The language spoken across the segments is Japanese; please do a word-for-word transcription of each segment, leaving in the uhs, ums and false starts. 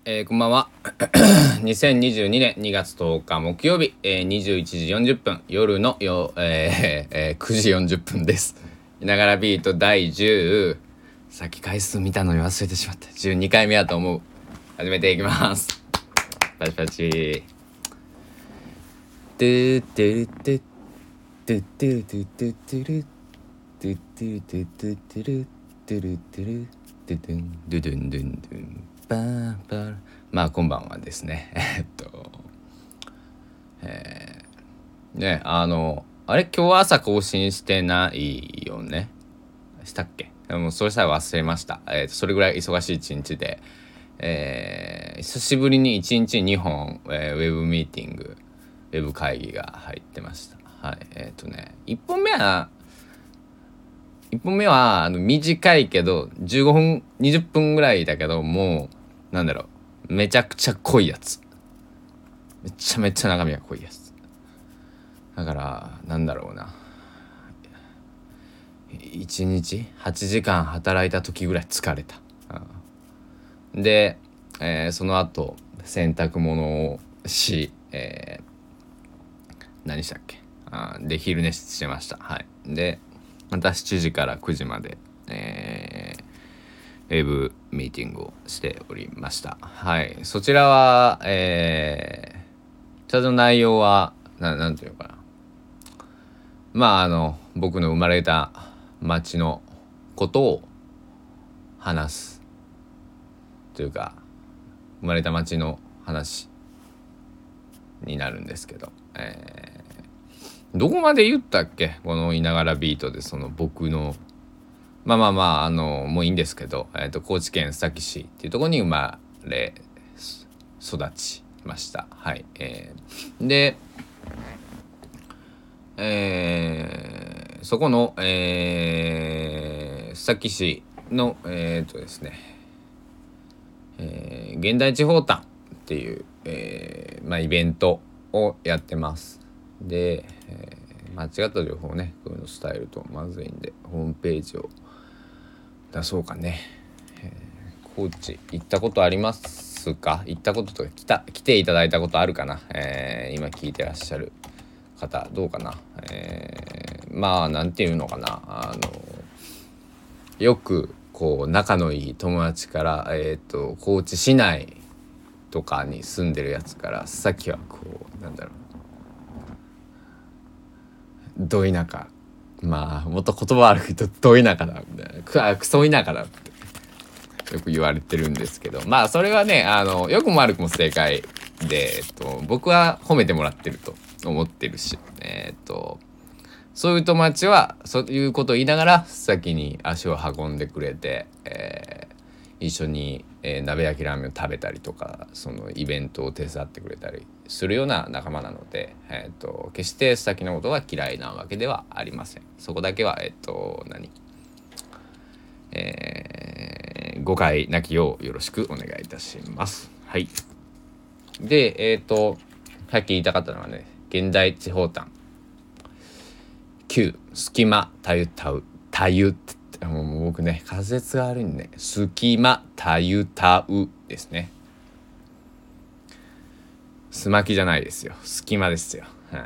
えー、こんばんはにせんにじゅうにねんにがつとおか木曜日、えー、にじゅういちじよんじゅっぷん夜のよ、えーえー、くじよんじゅっぷんです。いながらビートだいじゅう、さっき回数見たのに忘れてしまった。じゅうにかいめだと思う。始めていきます。パチパチ。トゥトゥトゥトゥトゥトゥトゥトゥルトゥトゥトゥトゥトゥルトゥルトゥルトゥドゥンドゥドゥンドゥンドゥンバーバー。まあこんばんはですね。えっとえー、ねあのあれ今日朝更新してないよね。したっけ？でもそれさえ忘れました。えー、それぐらい忙しい一日で、えー、久しぶりにいちにちにほん、えー、ウェブミーティングウェブ会議が入ってました。はいえっとねいっぽんめはいっぽんめはあの短いけどじゅうごふんにじゅっぷんぐらいだけど、もうなんだろう、めちゃくちゃ濃いやつ、めちゃめちゃ中身が濃いやつだから、なんだろうな、いちにちはちじかん働いた時ぐらい疲れた、うん、で、えー、その後洗濯物をし、えー、何したっけあで昼寝してました。はいでまたしちじからくじまで、えー、ウェブミーティングをしておりました。はい、そちらは、えー、ちゃんと内容はななんていうかな、まああの僕の生まれた町のことを話すというか、生まれた町の話になるんですけど、えーどこまで言ったっけ、このいながらビートでその僕のまあまあまああのもういいんですけど、えー、と高知県須崎市っていうところに生まれ育ちました。はい、えー、で、えー、そこの、えー、須崎市のえっ、ー、とですね、えー、現代地方展っていう、えー、まあイベントをやってます。で、えー、間違った情報をねこういうの伝えるとまずいんで、ホームページを出そうかね。えー、高知行ったことありますか？行ったこととか来た来ていただいたことあるかな。えー、今聞いてらっしゃる方どうかな。えー、まあなんていうのかな、あのよくこう仲のいい友達から、えー、と高知市内とかに住んでるやつからさっきはこうなんだろう、ど田舎、まあもっと言葉悪く言うとど田舎だみたいな、くあクソ田舎だってよく言われてるんですけど、まあそれはねあの良くも悪くも正解で、えっと、僕は褒めてもらってると思ってるし、えっとそういう友達はそういうことを言いながら先に足を運んでくれて、えー、一緒に、えー、鍋焼きラーメンを食べたりとか、そのイベントを手伝ってくれたりするような仲間なので、えー、と決して先のことが嫌いなわけではありません。そこだけはえっ、ー、と何、えー、誤解なきようよろしくお願いいたします。はい。でえっ、ー、とさっき言いたかったのはね、現代地方展きゅう隙間たゆたうたゆってもう僕ね滑舌が悪いんで、隙間たゆたうですね。すまきじゃないですよ、隙間ですよ。はい、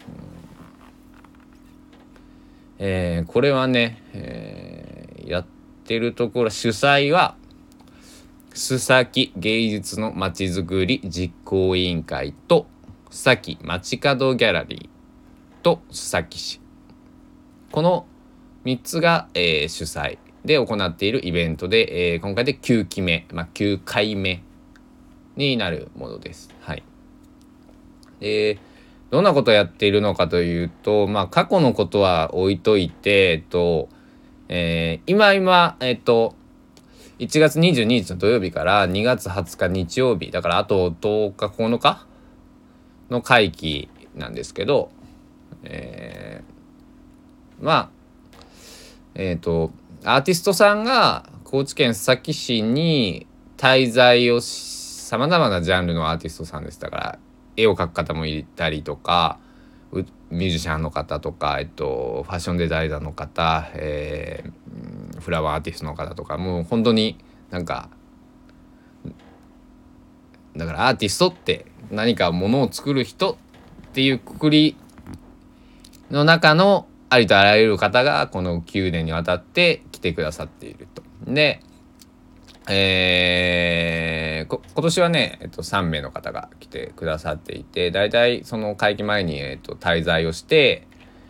えー、これはね、えー、やってるところ主催は須崎芸術のまちづくり実行委員会と須崎街角ギャラリーと須崎市、このみっつが、えー、主催で行っているイベントで、えー、今回できゅうきめ、まあ、きゅうかいめになるものです。はい。でどんなことをやっているのかというと、まあ過去のことは置いといて、えっとえー、今今えっといちがつにじゅうににちの土曜日からにがつはつか日曜日だからあととおかここのかの会期なんですけど、えー、まあえっとアーティストさんが高知県須崎市に滞在をさまざまなジャンルのアーティストさんでしたから、絵を描く方もいたりとか、ミュージシャンの方とか、えっと、ファッションデザイナーの方、えー、フラワーアーティストの方とか、もう本当になんかだからアーティストって何かものを作る人っていうくくりの中のありとあらゆる方がこのきゅうねんにわたって来てくださっていると。で、えー、こ今年はね、えっと、さんめいの方が来てくださっていて、だいたいその会期前に、えっと、滞在をして、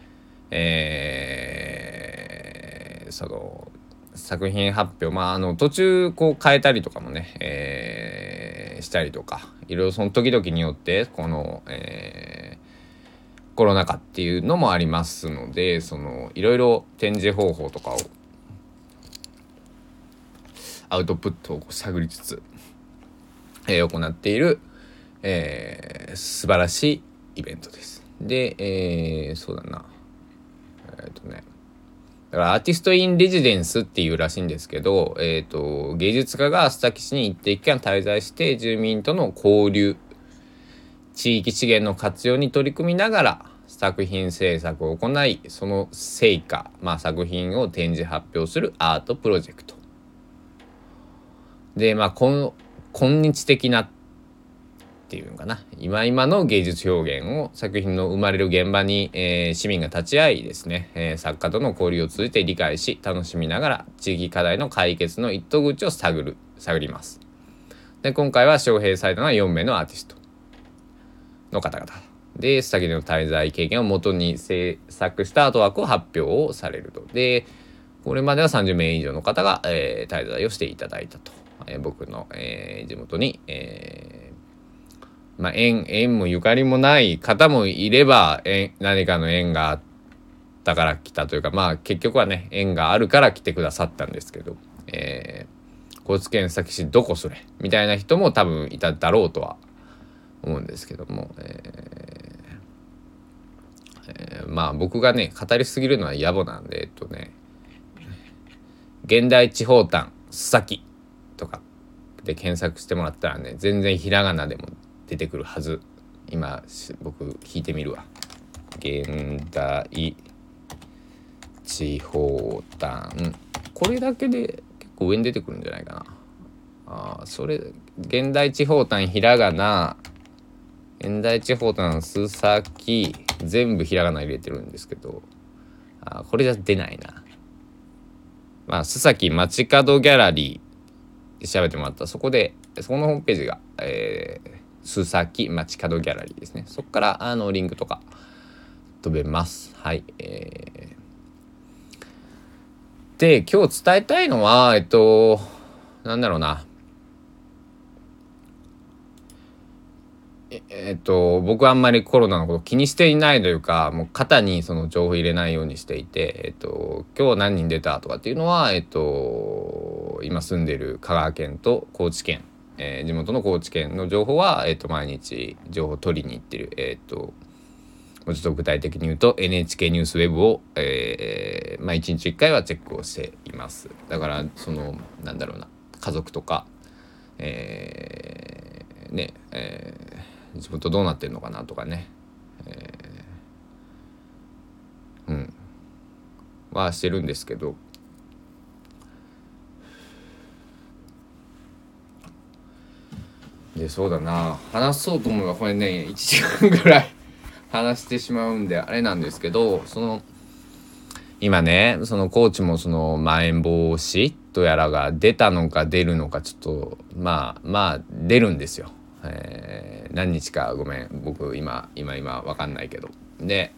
えー、その作品発表、まあ、あの途中こう変えたりとかもね、えー、したりとか、いろいろその時々によってこの、えー、コロナ禍っていうのもありますので、そのいろいろ展示方法とかをアウトプットを探りつつ、えー、行っている、えー、素晴らしいイベントです。で、えー、そうだなえっ、ー、とねだからアーティスト・イン・レジデンスっていうらしいんですけど、えー、と芸術家が須崎市に一定期間滞在して住民との交流、地域資源の活用に取り組みながら作品制作を行い、その成果、まあ、作品を展示発表するアートプロジェクトで、まあ、今日的なっていうのかな、今今の芸術表現を作品の生まれる現場に、えー、市民が立ち会いですね、えー、作家との交流を通じて理解し楽しみながら地域課題の解決の一途口を探る探ります。で、今回は招聘されたのはよんめいのアーティストの方々で、須崎での滞在経験をもとに制作したアートワークを発表をされると。で、これまではさんじゅうめい以上の方が、えー、滞在をしていただいたと。えー、僕の、えー、地元に、えーまあ、縁縁もゆかりもない方もいれば、縁何かの縁があったから来たというか、まあ結局はね縁があるから来てくださったんですけど、えー、高知県須崎市どこそれみたいな人も多分いただろうとは思うんですけども、えーえー、まあ僕がね語りすぎるのは野暮なんで、えっとね現代地方譚須崎とかで検索してもらったらね、全然ひらがなでも出てくるはず。今僕弾いてみるわ。現代地方譚、これだけで結構上に出てくるんじゃないかな。あ、それ現代地方譚ひらがな、現代地方譚須崎、全部ひらがな入れてるんですけど、あ、これじゃ出ないな。まあ須崎街角ギャラリーで調べてもらったら、そこでそこのホームページが、えー、須崎街角ギャラリーですね。そこからあのリンクとか飛べます。はい、えー、で今日伝えたいのはえっとなんだろうなええっと僕はあんまりコロナのこと気にしていないというか、もう肩にその情報入れないようにしていて、えっと今日何人出たとかっていうのは、えっと今住んでいる香川県と高知県、えー、地元の高知県の情報は、えっと毎日情報を取りに行ってる。えっともうちょっと具体的に言うと エヌエイチケー ニュースウェブを、えー、まあいちにちいっかいはチェックをしています。だからそのなんだろうな、家族とか、えー、ねえー地元どうなってるのかなとかね、えー、うんはしてるんですけど、でそうだな、話そうと思えばこれねいちじかんぐらい話してしまうんであれなんですけど、その今ねその高知もそのまん延防止とやらが出たのか出るのか、ちょっとまあまあ出るんですよ。えー、何日かごめん僕今今今分かんないけど、で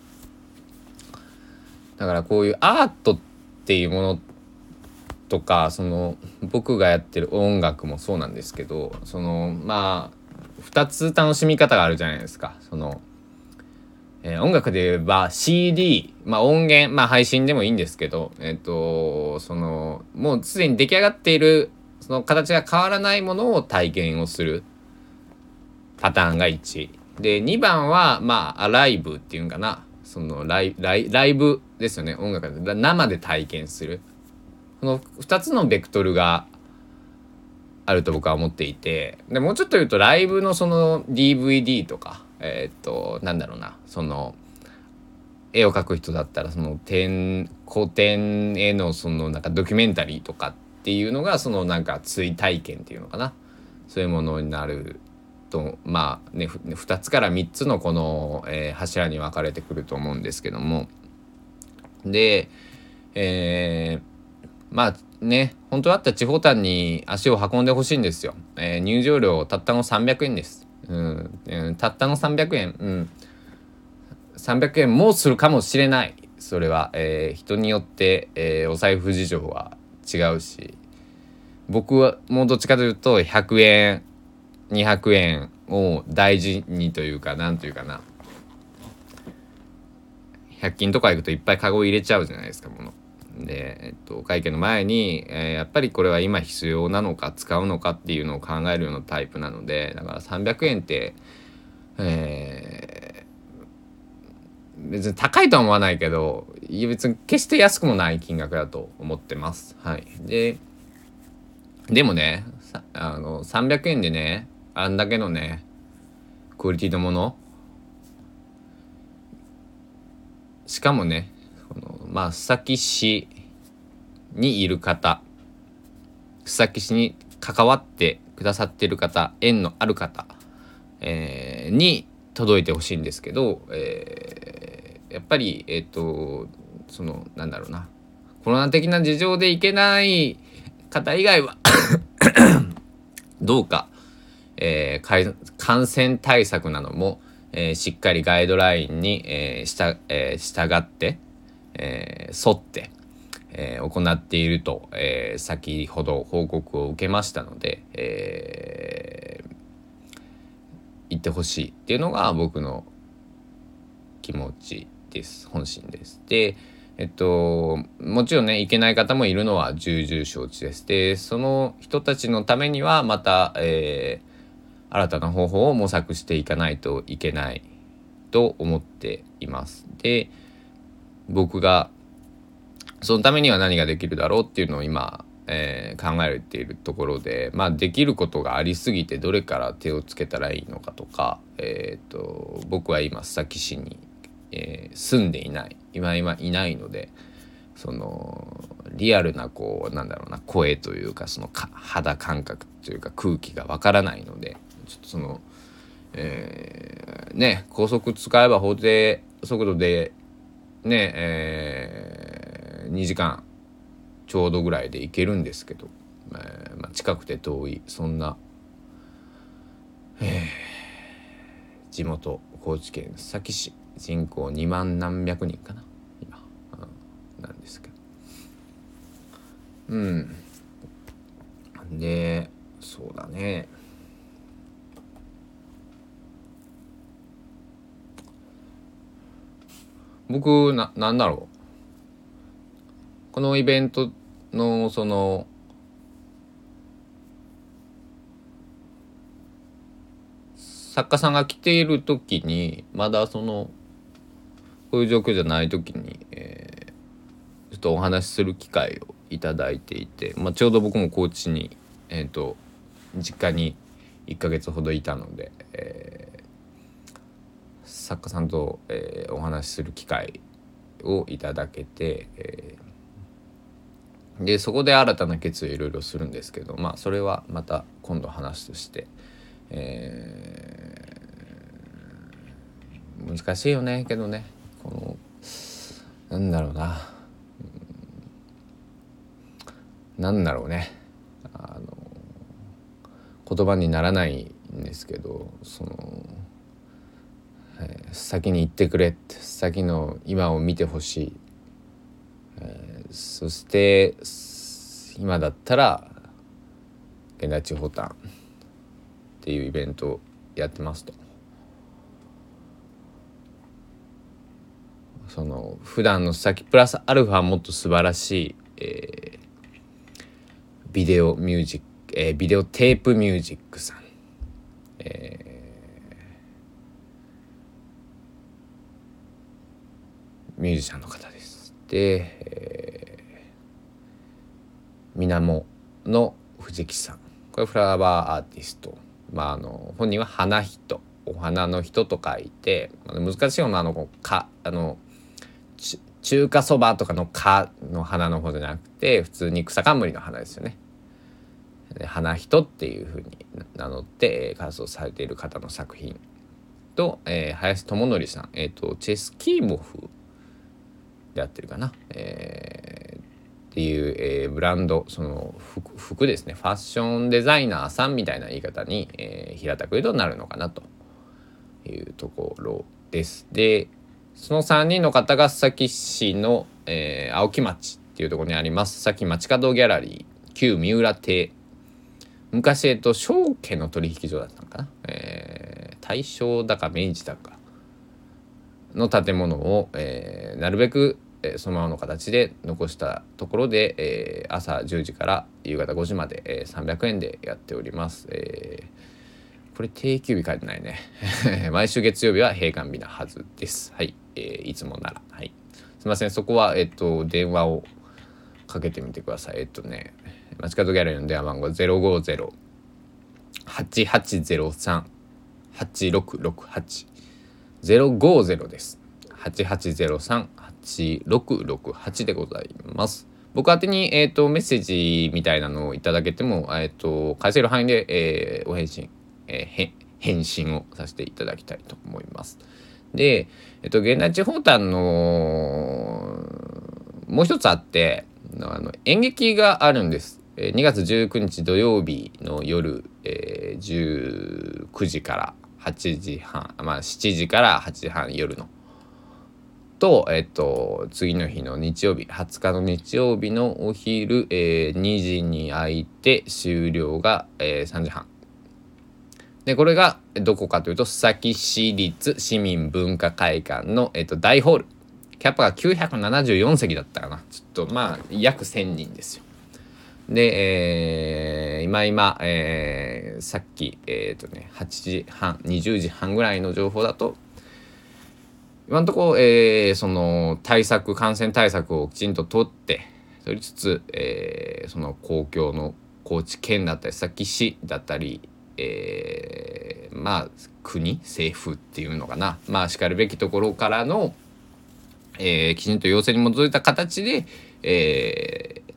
だからこういうアートっていうものとか、その僕がやってる音楽もそうなんですけど、そのまあふたつ楽しみ方があるじゃないですか。その、えー、音楽で言えば シーディー、まあ音源、まあ配信でもいいんですけど、えっとそのもうすでに出来上がっているその形が変わらないものを体験をするパターンがいちで、にばんはまあライブっていうんかな、そのライライライブですよね。音楽で生で体験する、このふたつのベクトルがあると僕は思っていて、でもうちょっと言うとライブのその ディーブイディー とか、えー、っとなんだろうな、その絵を描く人だったらその展古典へのそのなんかドキュメンタリーとかっていうのがそのなんか追体験っていうのかな、そういうものになるとまあねふたつからみっつのこの、えー、柱に分かれてくると思うんですけども、で、えー、まあね本当だったら地方端に足を運んでほしいんですよ。えー、入場料たったのさんびゃくえんです。うん、うん、たったのさんびゃくえん、うん、さんびゃくえんもするかもしれない。それは、えー、人によって、えー、お財布事情は違うし、僕はもうどっちかというとひゃくえんにひゃくえんを大事にというか、なんというかな、ひゃく均とか行くといっぱいカゴ入れちゃうじゃないですか、もので、えっと、お会計の前に、えー、やっぱりこれは今必要なのか使うのかっていうのを考えるようなタイプなので、だからさんびゃくえんって、えー、別に高いとは思わないけど、いや別に決して安くもない金額だと思ってます。はい。ででもね、あのさんびゃくえんでね、あんだけのねクオリティのもの、しかもね、このまあ須崎市にいる方、須崎市に関わってくださっている方、縁のある方、えー、に届いてほしいんですけど、えー、やっぱりえっ、ー、とそのなんだろうな、コロナ的な事情で行けない方以外はどうか、えー、感染対策なども、えー、しっかりガイドラインに、えーしたえー、従って、えー、沿って、えー、行っていると、えー、先ほど報告を受けましたので、えー、言ってほしいっていうのが僕の気持ちです。本心です。でえっともちろんね行けない方もいるのは重々承知です。でその人たちのためにはまた、えー新たな方法を模索していかないといけないと思っています。で、僕がそのためには何ができるだろうっていうのを今、えー、考えているところで、まあできることがありすぎてどれから手をつけたらいいのかとか、えー、と僕は今須崎市に、えー、住んでいない今今いないので、そのリアルなこうなんだろうな声というか、そのか肌感覚というか空気がわからないので、ちょっとその、えー、ね高速使えば法定速度でね、えー、にじかんちょうどぐらいで行けるんですけど、えーまあ、近くて遠いそんな、えー、地元高知県須崎市、人口にまん何百人かな今、うん、なんですけど、うんでそうだね、僕な、なんだろう、このイベントのその作家さんが来ている時にまだそのこういう状況じゃない時に、えー、ちょっとお話しする機会をいただいていて、まあ、ちょうど僕も高知に、えーと、実家にいっかげつほどいたので、えー、作家さんと、えー、お話しする機会をいただけて、えー、でそこで新たな決意をいろいろするんですけど、まあそれはまた今度話として、えー、難しいよねけどね、このなんだろうな、なんだろうね、あの言葉にならないんですけど、その、えー、先に行ってくれって、先の今を見てほしい、えー、そして今だったら現代地方端っていうイベントをやってますと。その普段の先プラスアルファもっと素晴らしい、えー、ビデオミュージック、えー、ビデオテープミュージックさん、えー、ミュージシャンの方です。で、えー、みなもの藤木さん、これフラワーアーティスト、まああの本人は花人、お花の人と書いて、難しいよな、あのかあの中華そばとかの「か」の花の方じゃなくて普通に草冠の花ですよね。 花人っていう風に名乗って活動されている方の作品と、えー、林智則さん、えーと、チェスキーモフであってるかな、えー、っていう、えー、ブランド、その 服, 服ですね、ファッションデザイナーさんみたいな言い方に、えー、平たく言うとなるのかなというところです。でそのさんにんの方が須崎市の、えー、青木町っていうところにあります須崎町角ギャラリー旧三浦邸、昔、えっと、証券の取引所だったのかな、えー、大正だか明治だかの建物を、えー、なるべく、えー、そのままの形で残したところで、えー、朝じゅうじから夕方ごじまで、えー、さんびゃくえんでやっております。えー、これ定休日書いてないね毎週月曜日は閉館日なはずです。はい、えー、いつもなら、はい、すいません、そこは、えっと、電話をかけてみてください。えっとね街角ギャラリーの電話番号 ゼロごゼロ はちはちゼロさん はちろくろくはち ゼロごゼロです。はちはちゼロさん はちろくろくはちでございます。僕宛てに、えー、とメッセージみたいなのをいただけても、えー、と返せる範囲で、えー、お返信、えー、返信をさせていただきたいと思います。で、えっ、ー、と現代地方展のもう一つあってあの演劇があるんです。にがつじゅうくにち土曜日の夜、えー、じゅうくじからはちじはん、まあしちじからはちじはん夜のと、えっと次の日の日曜日はつかの日曜日のお昼、えー、にじに開いて終了が、えー、さんじはんで、これがどこかというと須崎市立市民文化会館の、えっと、大ホール、キャパがきゅうひゃくななじゅうよんせきだったかな、ちょっとまあ約せんにんですよ。で、えー、今今、えー、さっき、えーとね、はちじはんにじゅうじはんぐらいの情報だと今のところ、えー、その対策感染対策をきちんと取って取りつつ、えー、その公共の高知県だったり須崎市だったり、えー、まあ国政府っていうのかな、まあしかるべきところからの、えー、きちんと要請に基づいた形で、えー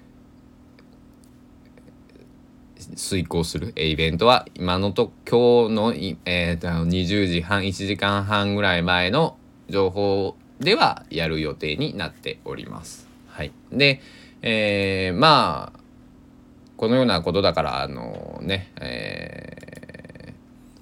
遂行するイベントは今のと今日の、えー、とにじゅうじはんいちじかんはんぐらい前の情報ではやる予定になっております。はい、で、えー、まあこのようなことだからあのね、え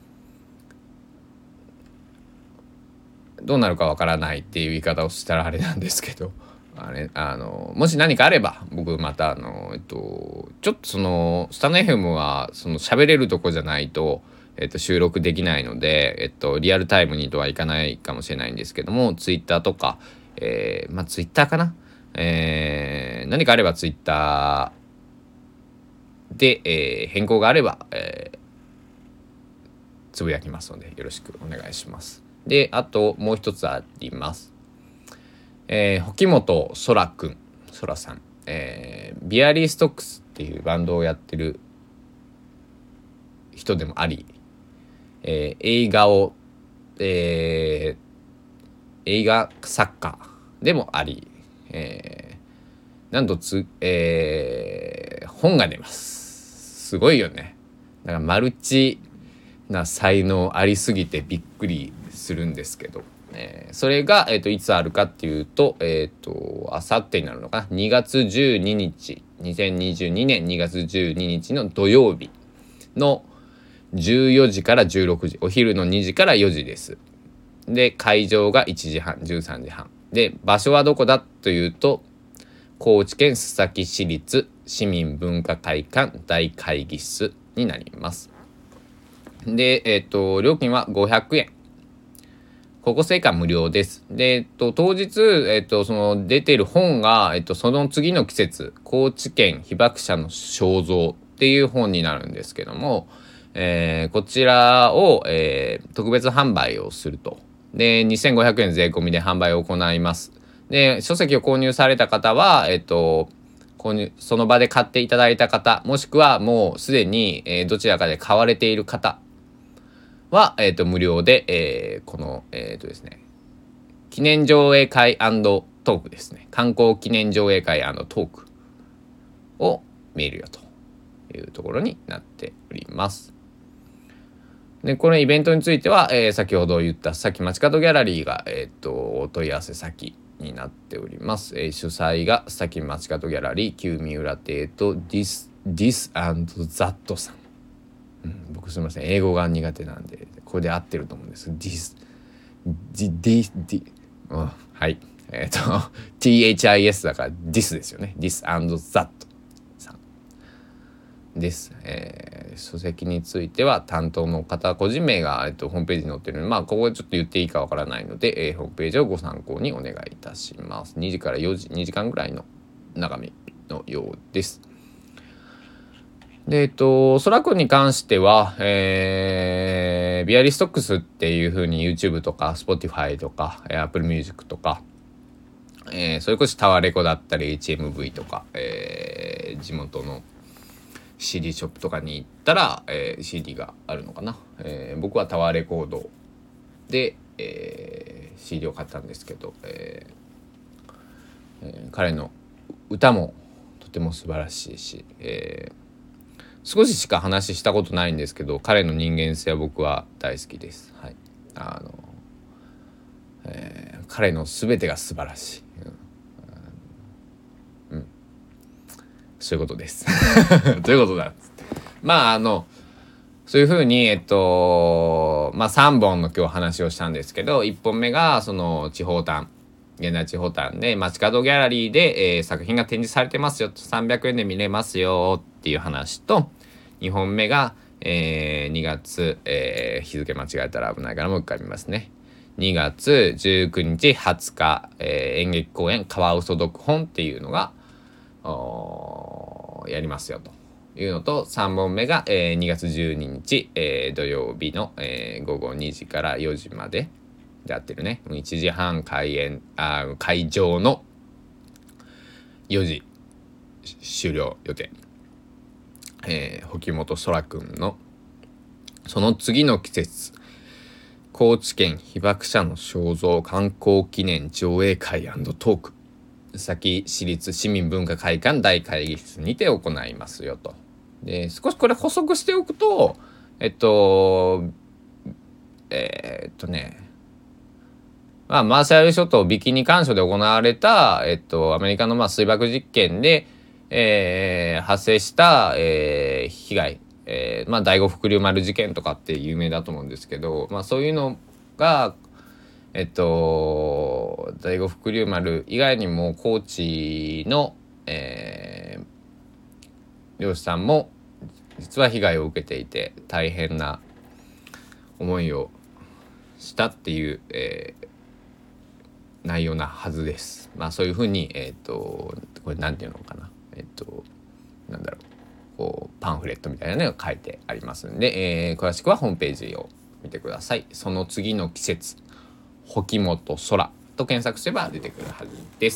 ー、どうなるかわからないっていう言い方をしたらあれなんですけど。あれあのもし何かあれば僕またあの、えっと、ちょっとそのスタンド エフエム はその喋れるとこじゃないと、えっと、収録できないので、えっと、リアルタイムにとはいかないかもしれないんですけどもツイッターとか、えー、まあツイッターかな、えー、何かあればツイッターで、えー、変更があれば、えー、つぶやきますのでよろしくお願いします。であともう一つあります。えー、保本空くん空さん、えー、ビアリーストックスっていうバンドをやってる人でもあり、えー、映画を、えー、映画作家でもあり、えー、なんとつ、えー、本が出ます。すごいよね。だからマルチな才能ありすぎてびっくりするんですけど、えー、それが、えーと、いつあるかっていうと、えっと、あさってになるのかな。にがつじゅうににち、にせんにじゅうにねんにがつじゅうににちの土曜日のじゅうよじからじゅうろくじ、お昼のにじからよじです。で、会場がいちじはん、じゅうさんじはん。で、場所はどこだというと、高知県須崎市立市民文化会館大会議室になります。で、えっと、料金はごひゃくえん。高校生館無料です。で、えっと、当日、えっと、その出てる本が、えっと、その次の季節、高知県被爆者の肖像っていう本になるんですけども、えー、こちらを、えー、特別販売をすると。で、にせんごひゃくえん税込みで販売を行います。で、書籍を購入された方は、えっと、購入、その場で買っていただいた方、もしくはもうすでに、えー、どちらかで買われている方は、えっと、無料で、えー、この、えっとですね、記念上映会&トークですね。観光記念上映会&トークを見るよというところになっております。でこのイベントについては、えー、先ほど言った須崎街角ギャラリーが、えー、っとお問い合わせ先になっております。えー、主催が須崎街角ギャラリー旧三浦亭とディスディス&ザットさん、うん、僕すみません英語が苦手なんでこれで合ってると思うんです。ディスディディディ、うん、はいえー、っと ティーエイチアイエス だからディスですよね。ディス&ザットさんです。えー、書籍については担当の方個人名が、えっと、ホームページに載ってるので、まあここでちょっと言っていいかわからないので、えー、ホームページをご参考にお願いいたします。にじからよじにじかんぐらいの長めのようです。でえっとそらくんに関しては、えー、ビアリストックスっていう風に YouTube とか Spotify とか Apple Music とか、えー、それこそタワレコだったり エイチエムブイ とか、えー、地元の シーディー ショップとかに行ったら、えー、シーディー があるのかな、えー、僕はタワーレコードで、えー、シーディー を買ったんですけど、えーえー、彼の歌もとても素晴らしいし、えー、少ししか話したことないんですけど彼の人間性は僕は大好きです。はい、あの、えー、彼の全てが素晴らしい、うん、うん、そういうことですどういうことだまああのそういうふうにえっとまあさんぼんの今日話をしたんですけどいっぽんめがその地方端現代地方端で街角ギャラリーで、えー、作品が展示されてますよとさんびゃくえんで見れますよっていう話とにほんめが、えー、にがつ、えー、日付間違えたら危ないからもう一回見ますね。にがつじゅうくにちはつか、えー、演劇公演カワウソ読本っていうのがやりますよというのとさんぼんめが、えー、にがつじゅうににち、えー、土曜日の、えー、ごごにじからよじまででやってるねいちじはん開演あ会場のよじ終了予定、えー、保本空くんのその次の季節高知県被爆者の肖像観光記念上映会&トーク須崎市立市民文化会館大会議室にて行いますよと。で少しこれ補足しておくとえっとえー、っとねまあマーシャル諸島ビキニ干渉で行われたえっとアメリカのまあ水爆実験で、えー、発生した、えー、被害、えー、まあ第五福竜丸事件とかって有名だと思うんですけど、まあそういうのがえっと第五福竜丸以外にも高知の、えー、漁師さんも実は被害を受けていて大変な思いをしたっていう、えー、内容なはずです。まあそういうふうにえっとこれなんていうのかなえっとなんだろうこうパンフレットみたいなのが書いてありますんで、えー、詳しくはホームページを見てください。その次の季節保本空と検索すれば出てくるはずです。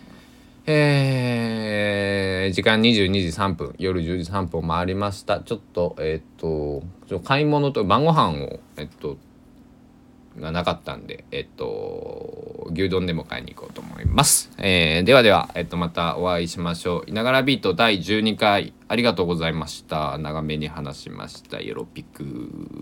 えー、時間にじゅうにじさんぷん夜じゅうじさんぷんを回りました。ちょっとえっとちょ買い物と晩ご飯をえっとがなかったんでえっと牛丼でも買いに行こうと思います。えー、ではでは、えっと、またお会いしましょう。いながらビートだいじゅうにかいありがとうございました。長めに話しました。よろぴく。